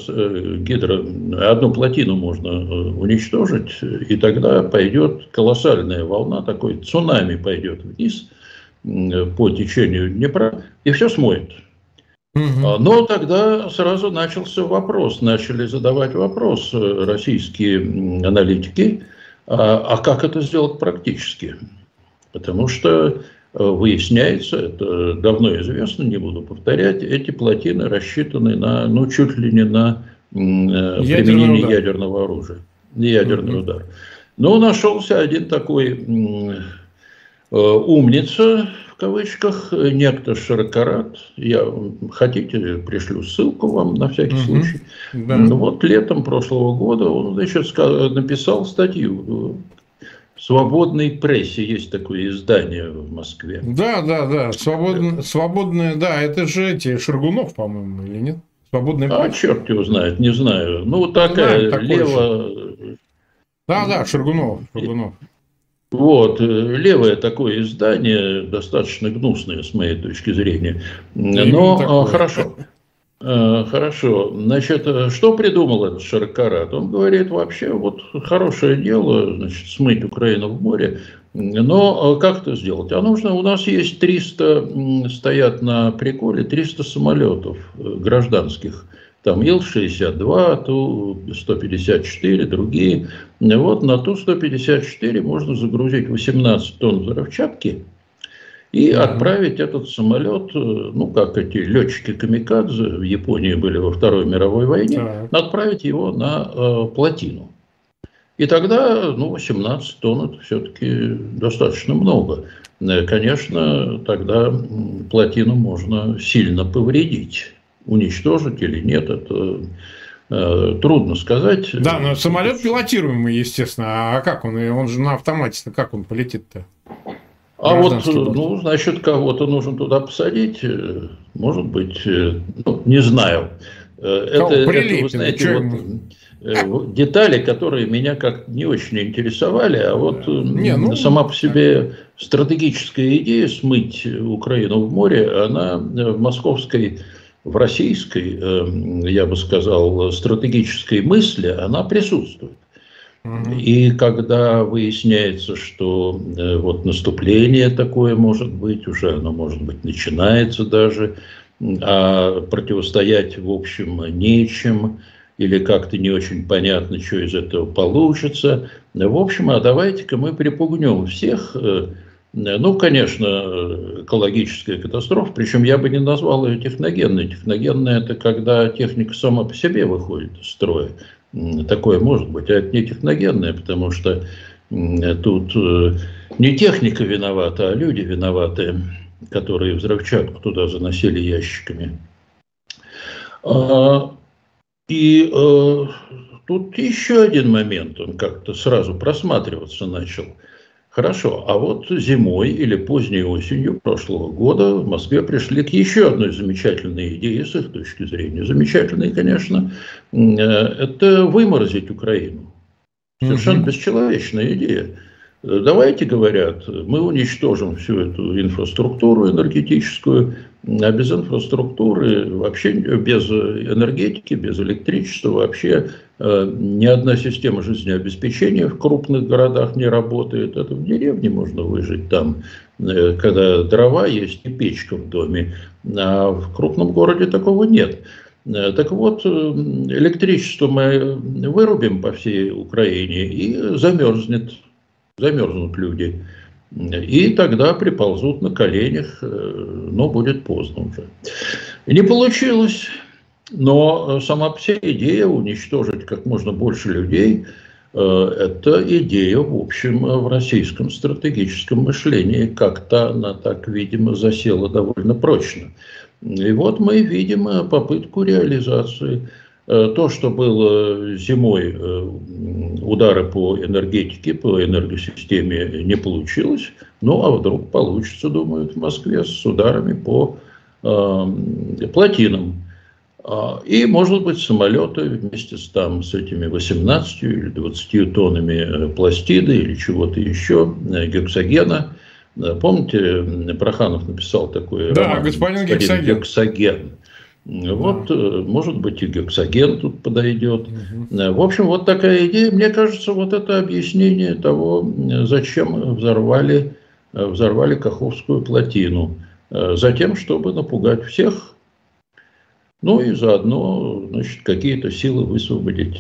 плотину можно уничтожить, и тогда пойдет колоссальная волна, такой цунами пойдет вниз по течению Днепра, и все смоет. Но тогда сразу начали задавать вопрос российские аналитики, а как это сделать практически? Потому что выясняется, это давно известно, не буду повторять, эти плотины рассчитаны на, чуть ли не на применение ядерного оружия, ядерный удар. Но нашелся один такой умница, в кавычках, некто Широкорат. Хотите, пришлю ссылку вам на всякий случай. Да. Вот летом прошлого года он, значит, написал статью. В «Свободной прессе» есть такое издание в Москве. Да. Свободное, да. Это же Шаргунов, по-моему, или нет? Свободная пресса. Черт его знает, не знаю. Такая лево... Да, Шаргунов. Вот, левое такое издание, достаточно гнусное, с моей точки зрения. Но хорошо. Значит, что придумал этот Широкорат? Он говорит, вообще, вот хорошее дело, значит, смыть Украину в море, но как это сделать? А нужно, у нас есть 300, стоят на приколе 300 самолетов гражданских, там Ил-62, Ту-154, другие. Вот на Ту-154 можно загрузить 18 тонн взрывчатки и отправить этот самолет, как эти летчики-камикадзе в Японии были во Второй мировой войне, отправить его на плотину. И тогда, 18 тонн – это все-таки достаточно много. Конечно, тогда плотину можно сильно повредить. Уничтожить или нет, это трудно сказать. Да, но самолет пилотируемый, естественно. А как он? Он же на автомате. Как он полетит-то? Значит, кого-то нужно туда посадить. Может быть, не знаю. Это вы знаете, детали, которые меня как не очень интересовали, а сама по себе стратегическая идея смыть Украину в море, она в российской, я бы сказал, стратегической мысли, она присутствует. И когда выясняется, что наступление такое может быть, уже оно может быть начинается даже, а противостоять, в общем, нечем, или как-то не очень понятно, что из этого получится. В общем, а давайте-ка мы припугнем всех. Конечно, экологическая катастрофа, причем я бы не назвал ее техногенной. Техногенная – это когда техника сама по себе выходит из строя. Такое может быть, а это не техногенная, потому что тут не техника виновата, а люди виноваты, которые взрывчатку туда заносили ящиками. И тут еще один момент, он как-то сразу просматриваться начал. Хорошо, а вот зимой или поздней осенью прошлого года в Москве пришли к еще одной замечательной идее, с их точки зрения, замечательной, конечно, это выморозить Украину. Совершенно бесчеловечная идея. Давайте, говорят, мы уничтожим всю эту инфраструктуру энергетическую, а без инфраструктуры, вообще без энергетики, без электричества, вообще ни одна система жизнеобеспечения в крупных городах не работает. Это в деревне можно выжить, там, когда дрова есть и печка в доме, а в крупном городе такого нет. Так вот, электричество мы вырубим по всей Украине, и замерзнут люди. И тогда приползут на коленях, но будет поздно уже. Не получилось, но сама по себе идея уничтожить как можно больше людей, это идея, в общем, в российском стратегическом мышлении. Как-то она так, видимо, засела довольно прочно. И вот мы видим попытку реализации. То, что было зимой, удары по энергетике, по энергосистеме не получилось. Ну, а вдруг получится, думают, в Москве с ударами по плотинам. И, может быть, самолеты вместе с этими 18 или 20 тоннами пластиды или чего-то еще, гексогена. Помните, Проханов написал такой роман господин Гексоген. Вот, может быть, и гексоген тут подойдет. В общем, вот такая идея. Мне кажется, вот это объяснение того, зачем взорвали Каховскую плотину. Затем, чтобы напугать всех, ну и заодно, значит, какие-то силы высвободить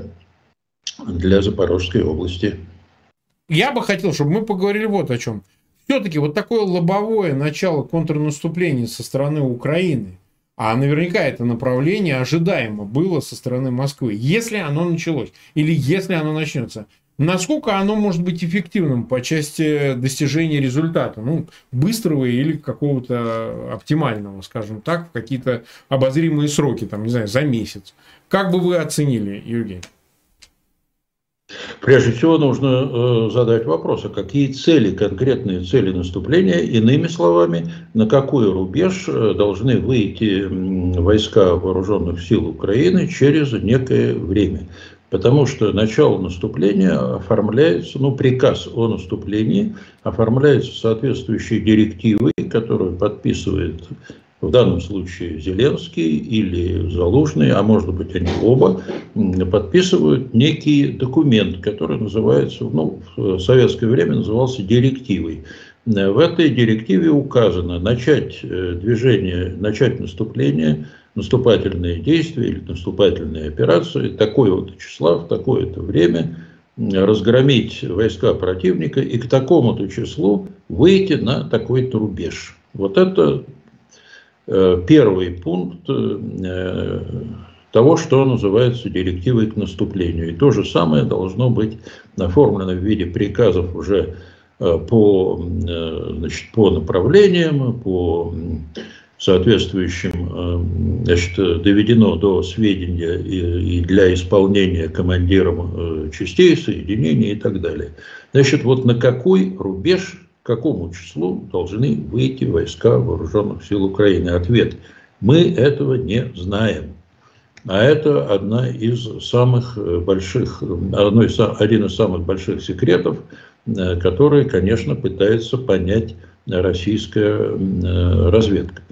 для Запорожской области. Я бы хотел, чтобы мы поговорили вот о чем. Все-таки вот такое лобовое начало контрнаступления со стороны Украины, а наверняка это направление ожидаемо было со стороны Москвы, если оно началось или если оно начнется. Насколько оно может быть эффективным по части достижения результата? Ну, быстрого или какого-то оптимального, скажем так, в какие-то обозримые сроки, там, не знаю, за месяц. Как бы вы оценили, Евгений? Прежде всего нужно задать вопрос, а какие цели, конкретные цели наступления, иными словами, на какой рубеж должны выйти войска вооруженных сил Украины через некое время. Потому что начало наступления оформляется, приказ о наступлении оформляется соответствующей директивой, которую подписывает в данном случае Зеленский или Залужный, а может быть они оба, подписывают некий документ, который называется, в советское время назывался директивой. В этой директиве указано начать движение, начать наступление, наступательные действия или наступательные операции такого-то числа, в такое-то время, разгромить войска противника и к такому-то числу выйти на такой-то рубеж. Вот это первый пункт того, что называется директивой к наступлению. И то же самое должно быть оформлено в виде приказов уже по направлениям, по соответствующим, доведено до сведения и для исполнения командиром частей, соединений и так далее. Значит, вот на какой рубеж, к какому числу должны выйти войска вооруженных сил Украины? Ответ: мы этого не знаем. А это один из самых больших секретов, который, конечно, пытается понять российская разведка.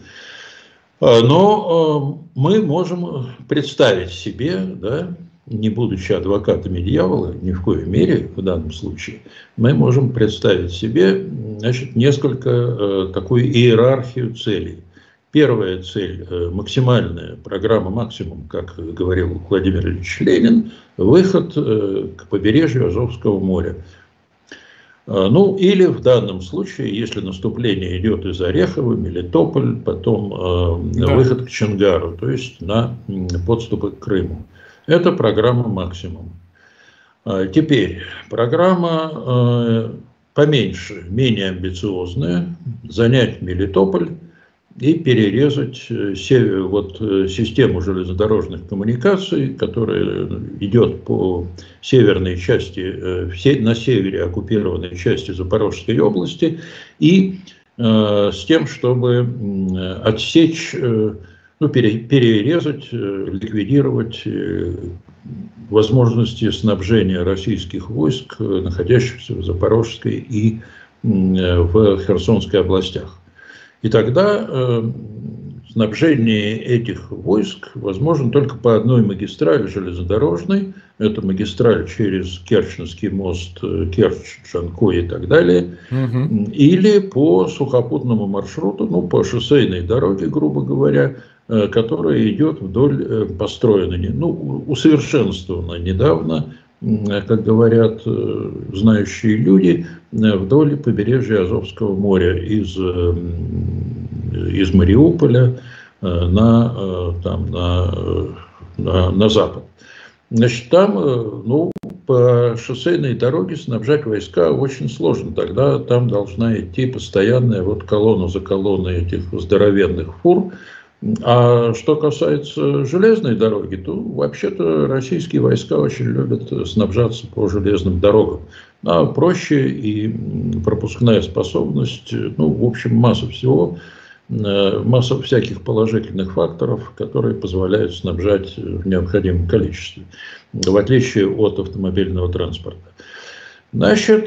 Но мы можем представить себе, да, не будучи адвокатами дьявола, ни в коей мере в данном случае, мы можем представить себе, значит, несколько такую иерархию целей. Первая цель – максимальная программа «Максимум», как говорил Владимир Ильич Ленин, выход к побережью Азовского моря. Ну, или в данном случае, если наступление идет из Орехова, Мелитополь, потом выход к Чонгару, то есть на подступы к Крыму. Это программа «Максимум». Теперь программа поменьше, менее амбициозная. Занять Мелитополь, и перерезать систему железнодорожных коммуникаций, которая идет по северной части, на севере оккупированной части Запорожской области, и с тем, чтобы отсечь, перерезать, ликвидировать возможности снабжения российских войск, находящихся в Запорожской и в Херсонской областях. И тогда снабжение этих войск возможно только по одной магистрали железнодорожной. Это магистраль через Керченский мост, Керчь, Джанкой и так далее. Или по сухопутному маршруту, по шоссейной дороге, грубо говоря, которая идет вдоль, построена, усовершенствована недавно, как говорят знающие люди, вдоль побережья Азовского моря из Мариуполя на запад. Значит, там, по шоссейной дороге снабжать войска очень сложно. Тогда там должна идти постоянная колонна за колонной этих здоровенных фур. А что касается железной дороги, то вообще-то российские войска очень любят снабжаться по железным дорогам. А проще и пропускная способность, в общем, масса всего, масса всяких положительных факторов, которые позволяют снабжать в необходимом количестве, в отличие от автомобильного транспорта. Значит,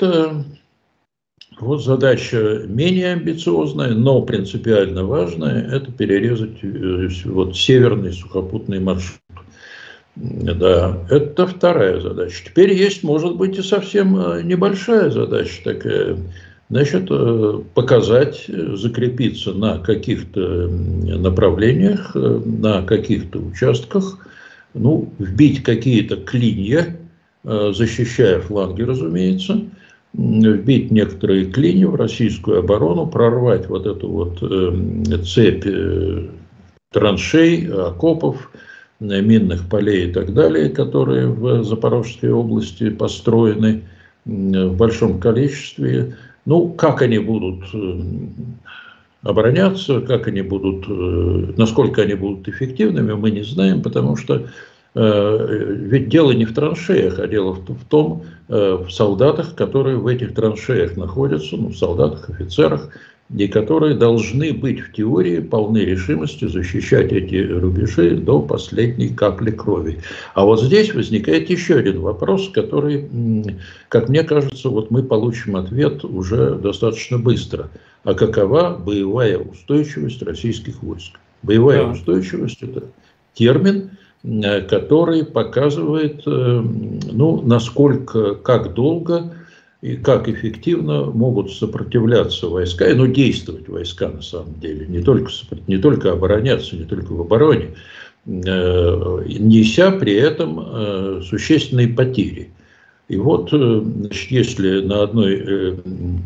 задача менее амбициозная, но принципиально важная, это перерезать северный сухопутный маршрут. Да, это вторая задача. Теперь есть, может быть, и совсем небольшая задача такая. Значит, показать, закрепиться на каких-то направлениях, на каких-то участках, вбить какие-то клинья, защищая фланги, разумеется, вбить некоторые клинья в российскую оборону, прорвать эту цепь траншей, окопов, минных полей и так далее, которые в Запорожской области построены в большом количестве. Как они будут обороняться, насколько они будут эффективными, мы не знаем, потому что ведь дело не в траншеях, а дело в том, в солдатах, которые в этих траншеях находятся, в солдатах, офицерах, и которые должны быть в теории полны решимости защищать эти рубежи до последней капли крови. А здесь возникает еще один вопрос, который, как мне кажется, мы получим ответ уже достаточно быстро. А какова боевая устойчивость российских войск? Боевая устойчивость – это термин, который показывает, насколько, как долго и как эффективно могут сопротивляться войска, и действовать войска на самом деле, не только обороняться, не только в обороне, неся при этом существенные потери. И если на одной,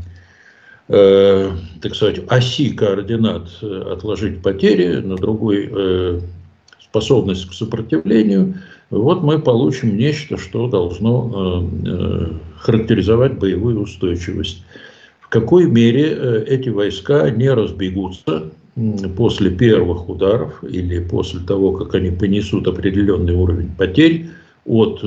так сказать, оси координат отложить потери, на другой способность к сопротивлению, мы получим нечто, что должно характеризовать боевую устойчивость. В какой мере эти войска не разбегутся после первых ударов или после того, как они понесут определенный уровень потерь от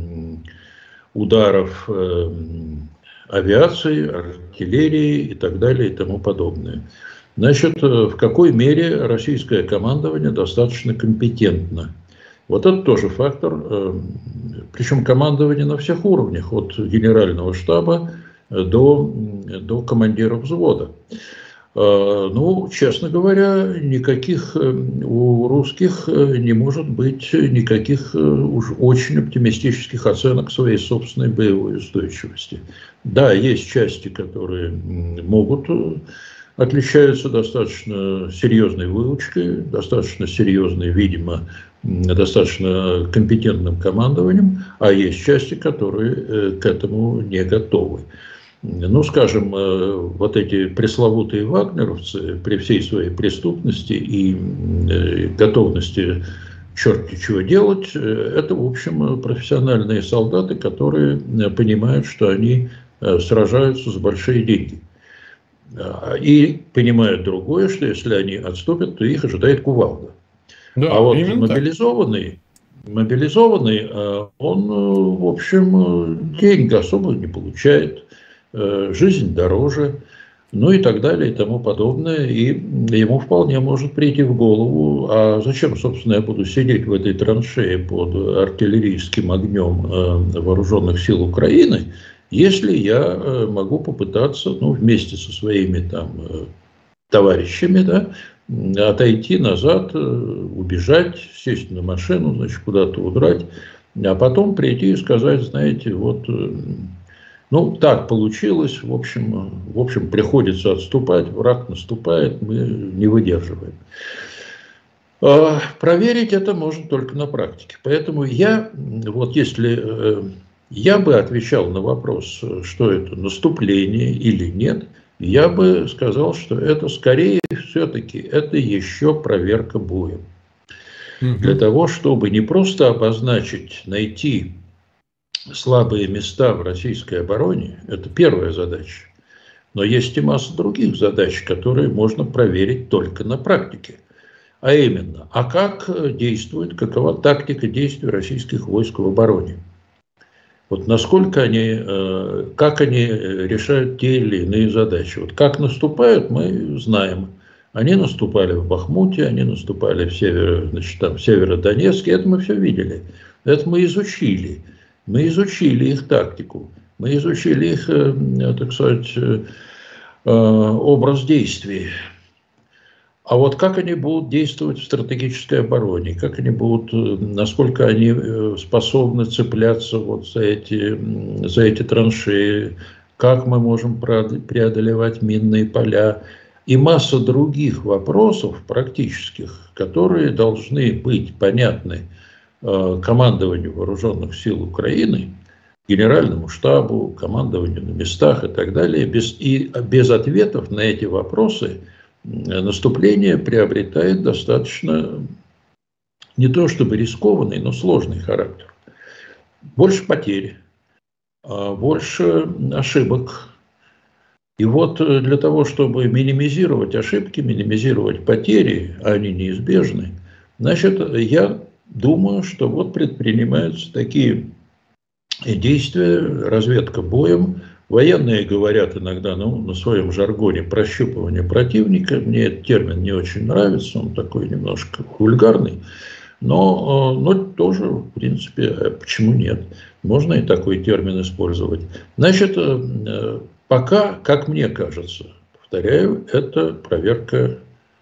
ударов авиации, артиллерии и так далее и тому подобное. Значит, в какой мере российское командование достаточно компетентно? Это тоже фактор, причем командование на всех уровнях, от генерального штаба до командира взвода. Честно говоря, никаких у русских не может быть никаких уж очень оптимистических оценок своей собственной боевой устойчивости. Да, есть части, которые отличаются достаточно серьезной выучкой, достаточно серьезной, видимо, достаточно компетентным командованием, а есть части, которые к этому не готовы. Скажем, эти пресловутые вагнеровцы при всей своей преступности и готовности черти чего делать, это, в общем, профессиональные солдаты, которые понимают, что они сражаются за большие деньги. И понимают другое, что если они отступят, то их ожидает кувалда. Да, А вот именно так. мобилизованный, он, в общем, денег особо не получает, жизнь дороже, ну и так далее и тому подобное. И ему вполне может прийти в голову, а зачем, собственно, я буду сидеть в этой траншее под артиллерийским огнем вооруженных сил Украины, если я могу попытаться, ну, вместе со своими там товарищами, да, отойти назад, убежать, сесть на машину, значит, куда-то удрать, а потом прийти и сказать, знаете, вот, ну, так получилось, в общем, приходится отступать, враг наступает, мы не выдерживаем. Проверить это можно только на практике. Поэтому вот если я бы отвечал на вопрос, что это наступление или нет, я бы сказал, что это скорее все-таки это еще проверка боем. Для того, чтобы не просто обозначить, найти слабые места в российской обороне, это первая задача. Но есть и масса других задач, которые можно проверить только на практике. А именно, как действует, какова тактика действий российских войск в обороне. Вот насколько как они решают те или иные задачи. Вот как наступают, мы знаем. Они наступали в Бахмуте, они наступали в Северодонецке, это мы все видели. Это мы изучили. Мы изучили их тактику, мы изучили их, так сказать, образ действий. А вот как они будут действовать в стратегической обороне, насколько они способны цепляться вот за эти траншеи, как мы можем преодолевать минные поля и масса других вопросов практических, которые должны быть понятны командованию вооруженных сил Украины, генеральному штабу, командованию на местах и так далее. Без ответов на эти вопросы наступление приобретает достаточно не то чтобы рискованный, но сложный характер. Больше потерь, больше ошибок. И вот для того, чтобы минимизировать ошибки, минимизировать потери, а они неизбежны, значит, я думаю, что вот предпринимаются такие действия, разведка боем. Военные говорят иногда на своем жаргоне прощупывание противника. Мне этот термин не очень нравится, он такой немножко вульгарный. Но тоже, в принципе, почему нет? Можно и такой термин использовать. Значит, пока, как мне кажется, повторяю, это проверка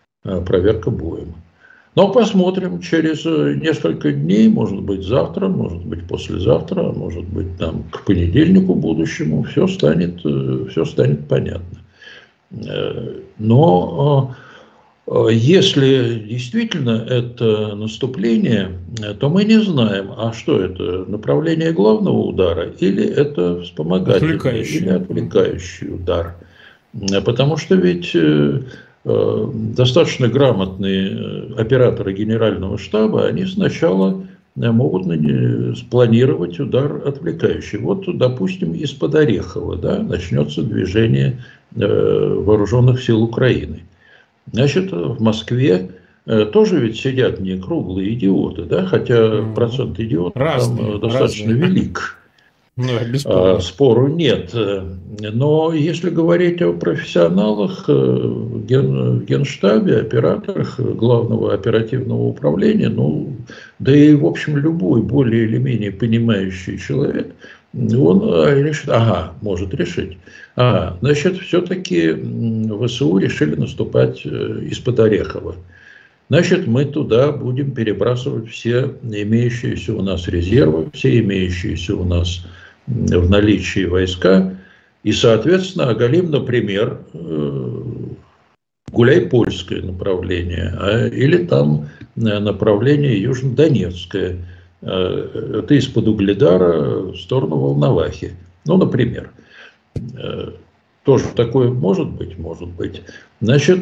боем. Но посмотрим посмотрим через несколько дней, может быть завтра, может быть послезавтра, может быть там к понедельнику будущему, все станет понятно. Но если действительно это наступление, то мы не знаем, а что это, направление главного удара или это вспомогательный или отвлекающий удар. Потому что ведь достаточно грамотные операторы генерального штаба, они сначала могут спланировать удар отвлекающий. Вот, допустим, из-под Орехова, да, начнется движение вооруженных сил Украины. Значит, в Москве тоже ведь сидят не круглые идиоты, да, хотя процент идиотов там достаточно велик. Спору нет. Но если говорить о профессионалах в Генштабе, операторах Главного оперативного управления, да и, в общем, любой более или менее понимающий человек, он решит, может решить. Значит, все-таки ВСУ решили наступать из-под Орехова. Значит, мы туда будем перебрасывать все имеющиеся у нас резервы, все имеющиеся у нас в наличии войска, и, соответственно, оголим, например, Гуляй-Польское направление, или там направление Южнодонецкое, это из-под Угледара в сторону Волновахи, например. Тоже такое может быть. Значит,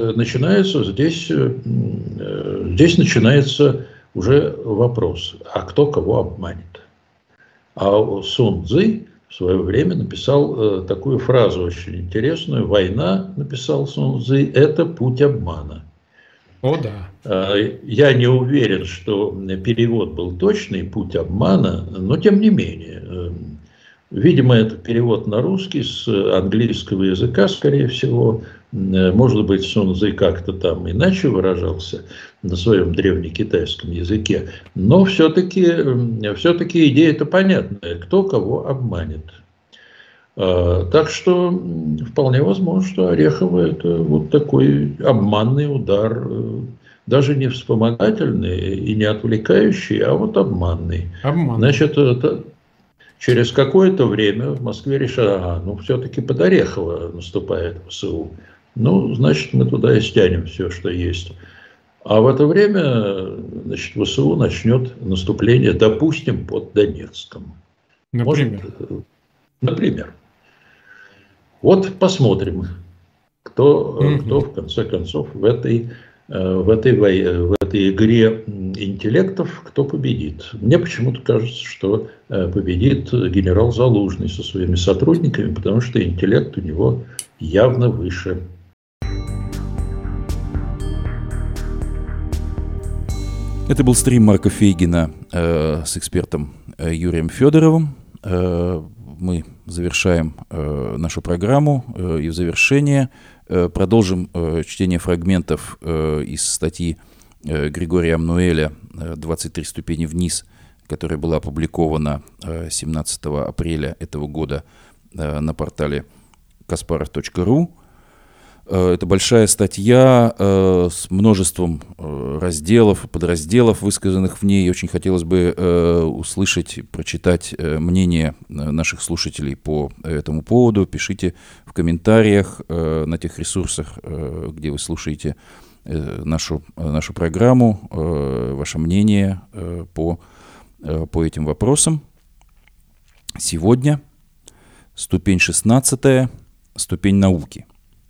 здесь начинается уже вопрос, а кто кого обманет? А Сун Цзы в свое время написал такую фразу очень интересную. «Война», написал Сун Цзы, — «это путь обмана». О, да. Я не уверен, что перевод был точный, «путь обмана», но тем не менее. Видимо, это перевод на русский с английского языка, скорее всего. Может быть, Сун Цзы как-то там иначе выражался на своем древнекитайском языке. Но все-таки идея-то понятная. Кто кого обманет. Так что вполне возможно, что Орехова — это вот такой обманный удар. Даже не вспомогательный и не отвлекающий, а вот обманный. Значит, через какое-то время в Москве решили, все-таки под Орехово наступает ВСУ. Значит, мы туда и стянем все, что есть. А в это время, значит, ВСУ начнет наступление, допустим, под Донецком. Например. Вот посмотрим, кто в конце концов в этой игре интеллектов, кто победит. Мне почему-то кажется, что победит генерал Залужный со своими сотрудниками, потому что интеллект у него явно выше. Это был стрим Марка Фейгина с экспертом Юрием Федоровым. Мы завершаем нашу программу, и в завершение продолжим чтение фрагментов из статьи Григория Амнуэля «23 ступени вниз», которая была опубликована 17 апреля этого года на портале kasparov.ru. Это большая статья с множеством разделов, подразделов, высказанных в ней. Очень хотелось бы услышать, прочитать мнение наших слушателей по этому поводу. Пишите в комментариях на тех ресурсах, где вы слушаете нашу программу, ваше мнение по этим вопросам. Сегодня ступень 16, ступень науки.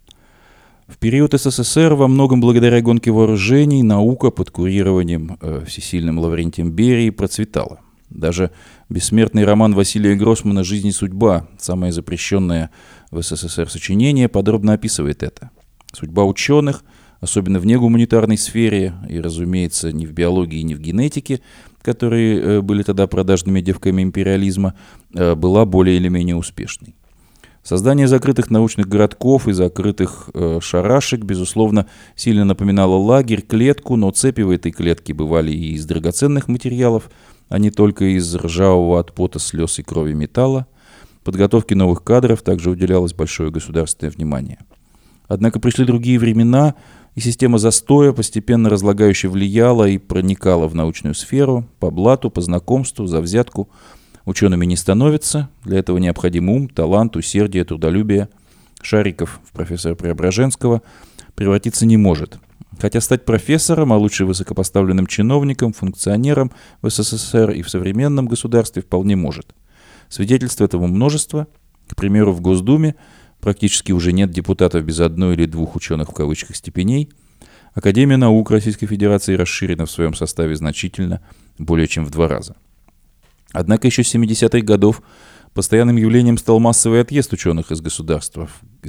В период СССР во многом благодаря гонке вооружений наука под курированием всесильным Лаврентием Берией процветала. Даже бессмертный роман Василия Гроссмана «Жизнь и судьба», самое запрещенное в СССР сочинение, подробно описывает это. Судьба ученых, особенно в негуманитарной сфере, и, разумеется, не в биологии, не в генетике, которые были тогда продажными девками империализма, была более или менее успешной. Создание закрытых научных городков и закрытых шарашек, безусловно, сильно напоминало лагерь, клетку, но цепи в этой клетке бывали и из драгоценных материалов, а не только из ржавого от пота, слез и крови металла. Подготовке новых кадров также уделялось большое государственное внимание. Однако пришли другие времена, и система застоя, постепенно разлагающая, влияла и проникала в научную сферу по блату, по знакомству, за взятку. Учеными не становятся, для этого необходим ум, талант, усердие, трудолюбие. Шариков в профессора Преображенского превратиться не может. Хотя стать профессором, а лучше высокопоставленным чиновником, функционером в СССР и в современном государстве вполне может. Свидетельств этому множество. К примеру, в Госдуме практически уже нет депутатов без одной или двух ученых в кавычках степеней. Академия наук Российской Федерации расширена в своем составе значительно, более чем в 2 раза. Однако еще с 70-х годов постоянным явлением стал массовый отъезд ученых из государства,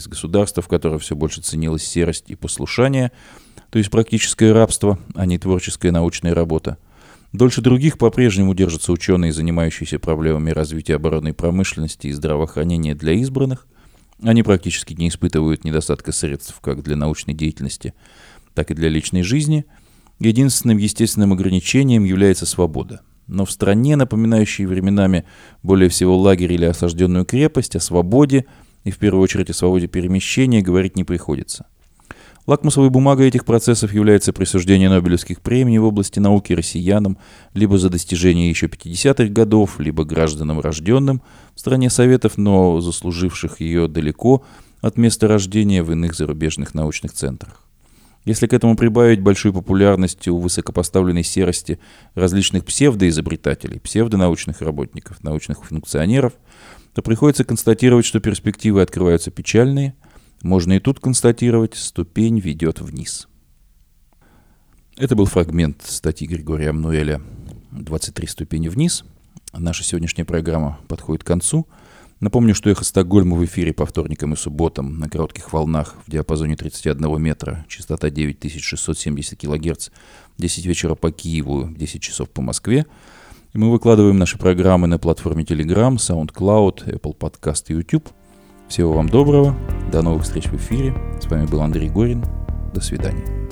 в котором все больше ценилась серость и послушание, то есть практическое рабство, а не творческая научная работа. Дольше других по-прежнему держатся ученые, занимающиеся проблемами развития оборонной промышленности и здравоохранения для избранных. Они практически не испытывают недостатка средств как для научной деятельности, так и для личной жизни. Единственным естественным ограничением является свобода. Но в стране, напоминающей временами более всего лагерь или осажденную крепость, о свободе, и в первую очередь о свободе перемещения, говорить не приходится. Лакмусовой бумагой этих процессов является присуждение Нобелевских премий в области науки россиянам либо за достижения еще 50-х годов, либо гражданам, рожденным в стране Советов, но заслуживших ее далеко от места рождения в иных зарубежных научных центрах. Если к этому прибавить большую популярность у высокопоставленной серости различных псевдоизобретателей, псевдонаучных работников, научных функционеров, то приходится констатировать, что перспективы открываются печальные. Можно и тут констатировать, ступень ведет вниз. Это был фрагмент статьи Григория Амнуэля «23 ступени вниз». Наша сегодняшняя программа подходит к концу. Напомню, что «Эхо Стокгольма» в эфире по вторникам и субботам на коротких волнах в диапазоне 31 метра, частота 9670 кГц, 10 вечера по Киеву, 10 часов по Москве. И мы выкладываем наши программы на платформе Telegram, SoundCloud, Apple Podcast и YouTube. Всего вам доброго, до новых встреч в эфире. С вами был Андрей Горин. До свидания.